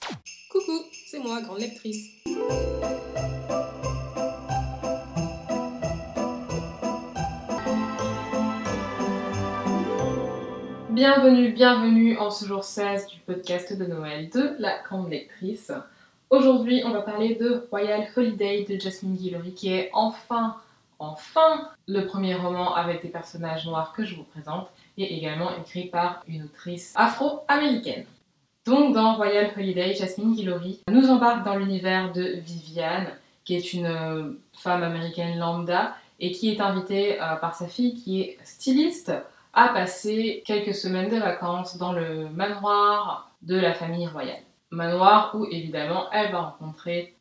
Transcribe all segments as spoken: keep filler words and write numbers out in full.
Coucou, c'est moi, grande lectrice. Bienvenue, bienvenue en ce jour seize du podcast de Noël de la grande lectrice. Aujourd'hui, on va parler de Royal Holiday de Jasmine Guillory, qui est enfin, enfin, le premier roman avec des personnages noirs que je vous présente, et également écrit par une autrice afro-américaine. Donc, dans Royal Holiday, Jasmine Guillory nous embarque dans l'univers de Viviane, qui est une euh, femme américaine lambda et qui est invitée euh, par sa fille, qui est styliste, à passer quelques semaines de vacances dans le manoir de la famille royale. Manoir où, évidemment, elle va rencontrer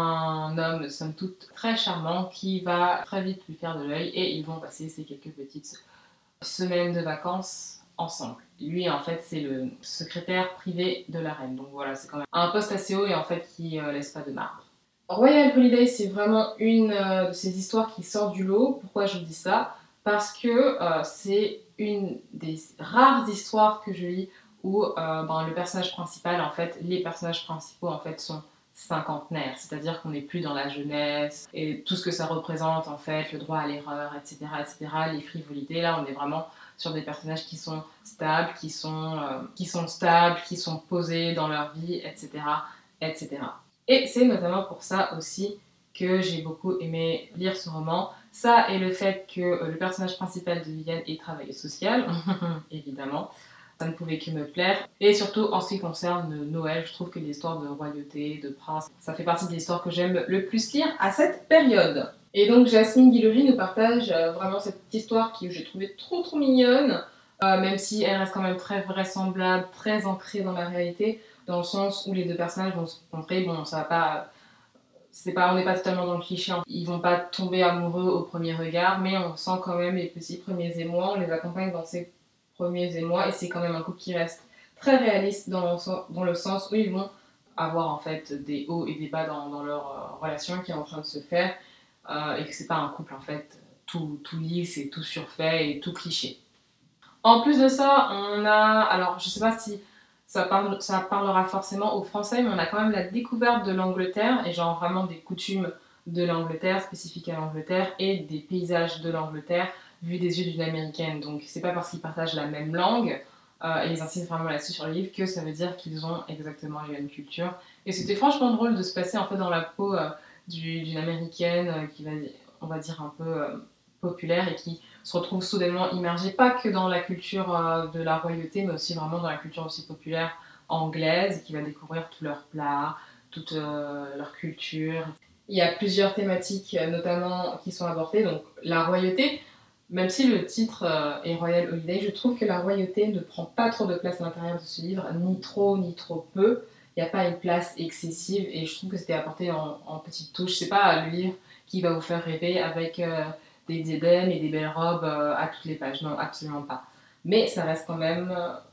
un homme, somme toute, très charmant qui va très vite lui faire de l'œil et ils vont passer ces quelques petites semaines de vacances ensemble. Lui, en fait, c'est le secrétaire privé de la reine. Donc voilà, c'est quand même un poste assez haut et en fait qui euh, laisse pas de marbre. Royal Holiday, c'est vraiment une euh, de ces histoires qui sort du lot. Pourquoi je vous dis ça ? Parce que euh, c'est une des rares histoires que je lis où euh, ben, le personnage principal, en fait, les personnages principaux, en fait, sont cinquantenaires. C'est-à-dire qu'on n'est plus dans la jeunesse et tout ce que ça représente, en fait, le droit à l'erreur, et cetera, et cetera, les frivolités. Là, on est vraiment sur des personnages qui sont stables, qui sont, euh, qui sont stables, qui sont posés dans leur vie, et cetera, et cetera. Et c'est notamment pour ça aussi que j'ai beaucoup aimé lire ce roman. Ça et le fait que euh, le personnage principal de Viviane est travailleuse sociale, évidemment. Ça ne pouvait que me plaire. Et surtout, en ce qui concerne Noël, je trouve que l'histoire de royauté, de prince, ça fait partie des histoires que j'aime le plus lire à cette période. Et donc, Jasmine Guillory nous partage euh, vraiment cette histoire que j'ai trouvée trop trop mignonne, euh, même si elle reste quand même très vraisemblable, très ancrée dans la réalité, dans le sens où les deux personnages vont se rencontrer. Bon, ça va pas... C'est pas, on n'est pas totalement dans le cliché, ils vont pas tomber amoureux au premier regard, mais on sent quand même les petits premiers émois, on les accompagne dans ces premiers émois, et c'est quand même un couple qui reste très réaliste dans le, sens, dans le sens où ils vont avoir en fait des hauts et des bas dans, dans leur euh, relation qui est en train de se faire, euh, et que c'est pas un couple en fait tout, tout lisse et tout surfait et tout cliché. En plus de ça, on a, alors je sais pas si ça, parle, ça parlera forcément aux Français, mais on a quand même la découverte de l'Angleterre, et genre vraiment des coutumes de l'Angleterre, spécifiques à l'Angleterre, et des paysages de l'Angleterre, vus des yeux d'une américaine. Donc c'est pas parce qu'ils partagent la même langue, euh, et ils insistent vraiment là-dessus sur le livre, que ça veut dire qu'ils ont exactement la même culture. Et c'était franchement drôle de se passer en fait dans la peau euh, du, d'une américaine euh, qui va, on va dire, un peu euh, populaire, et qui se retrouvent soudainement immergés, pas que dans la culture euh, de la royauté, mais aussi vraiment dans la culture aussi populaire anglaise, et qui va découvrir tous leurs plats, toute euh, leur culture. Il y a plusieurs thématiques, euh, notamment, qui sont abordées. Donc, la royauté, même si le titre euh, est Royal Holiday, je trouve que la royauté ne prend pas trop de place à l'intérieur de ce livre, ni trop, ni trop peu. Il n'y a pas une place excessive, et je trouve que c'était apporté en, en petites touches. C'est pas le livre qui va vous faire rêver avec... Euh, des diadèmes et des belles robes euh, à toutes les pages, non, absolument pas. Mais ça reste quand même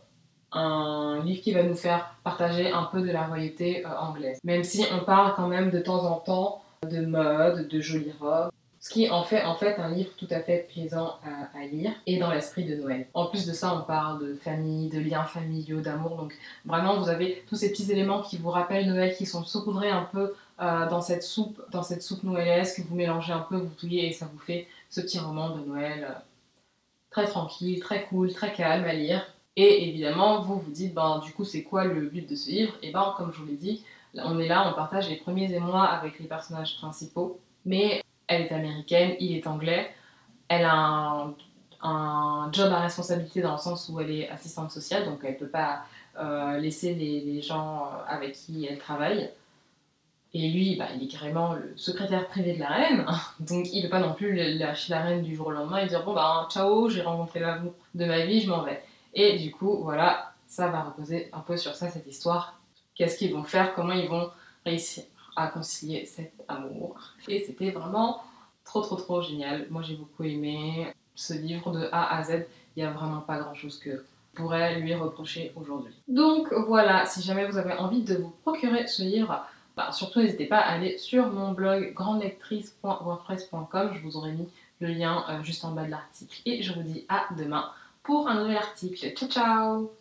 un livre qui va nous faire partager un peu de la royauté euh, anglaise. Même si on parle quand même de temps en temps de mode, de jolies robes, ce qui en fait en fait un livre tout à fait plaisant à, à lire et dans l'esprit de Noël. En plus de ça, on parle de famille, de liens familiaux, d'amour, donc vraiment vous avez tous ces petits éléments qui vous rappellent Noël, qui sont saupoudrés un peu euh, dans cette soupe, dans cette soupe noëlesque, vous mélangez un peu, vous touillez et ça vous fait ce petit roman de Noël euh, très tranquille, très cool, très calme à lire. Et évidemment, vous vous dites, ben, du coup, c'est quoi le but de ce livre ? Et ben, comme je vous l'ai dit, on est là, on partage les premiers émois avec les personnages principaux, mais elle est américaine, il est anglais, elle a un, un job à responsabilité dans le sens où elle est assistante sociale, donc elle ne peut pas euh, laisser les, les gens avec qui elle travaille. Et lui, bah, il est carrément le secrétaire privé de la reine, donc il ne peut pas non plus lâcher la reine du jour au lendemain et dire bon bah ciao, j'ai rencontré l'amour de ma vie, je m'en vais. Et du coup, voilà, ça va reposer un peu sur ça, cette histoire. Qu'est-ce qu'ils vont faire, comment ils vont réussir à concilier cet amour. Et c'était vraiment trop trop trop génial. Moi j'ai beaucoup aimé ce livre de A à Z, il n'y a vraiment pas grand chose que je pourrais lui reprocher aujourd'hui. Donc voilà, si jamais vous avez envie de vous procurer ce livre, bah, surtout n'hésitez pas à aller sur mon blog grande lectrice point wordpress point com, je vous aurai mis le lien euh, juste en bas de l'article. Et je vous dis à demain pour un nouvel article. Ciao ciao!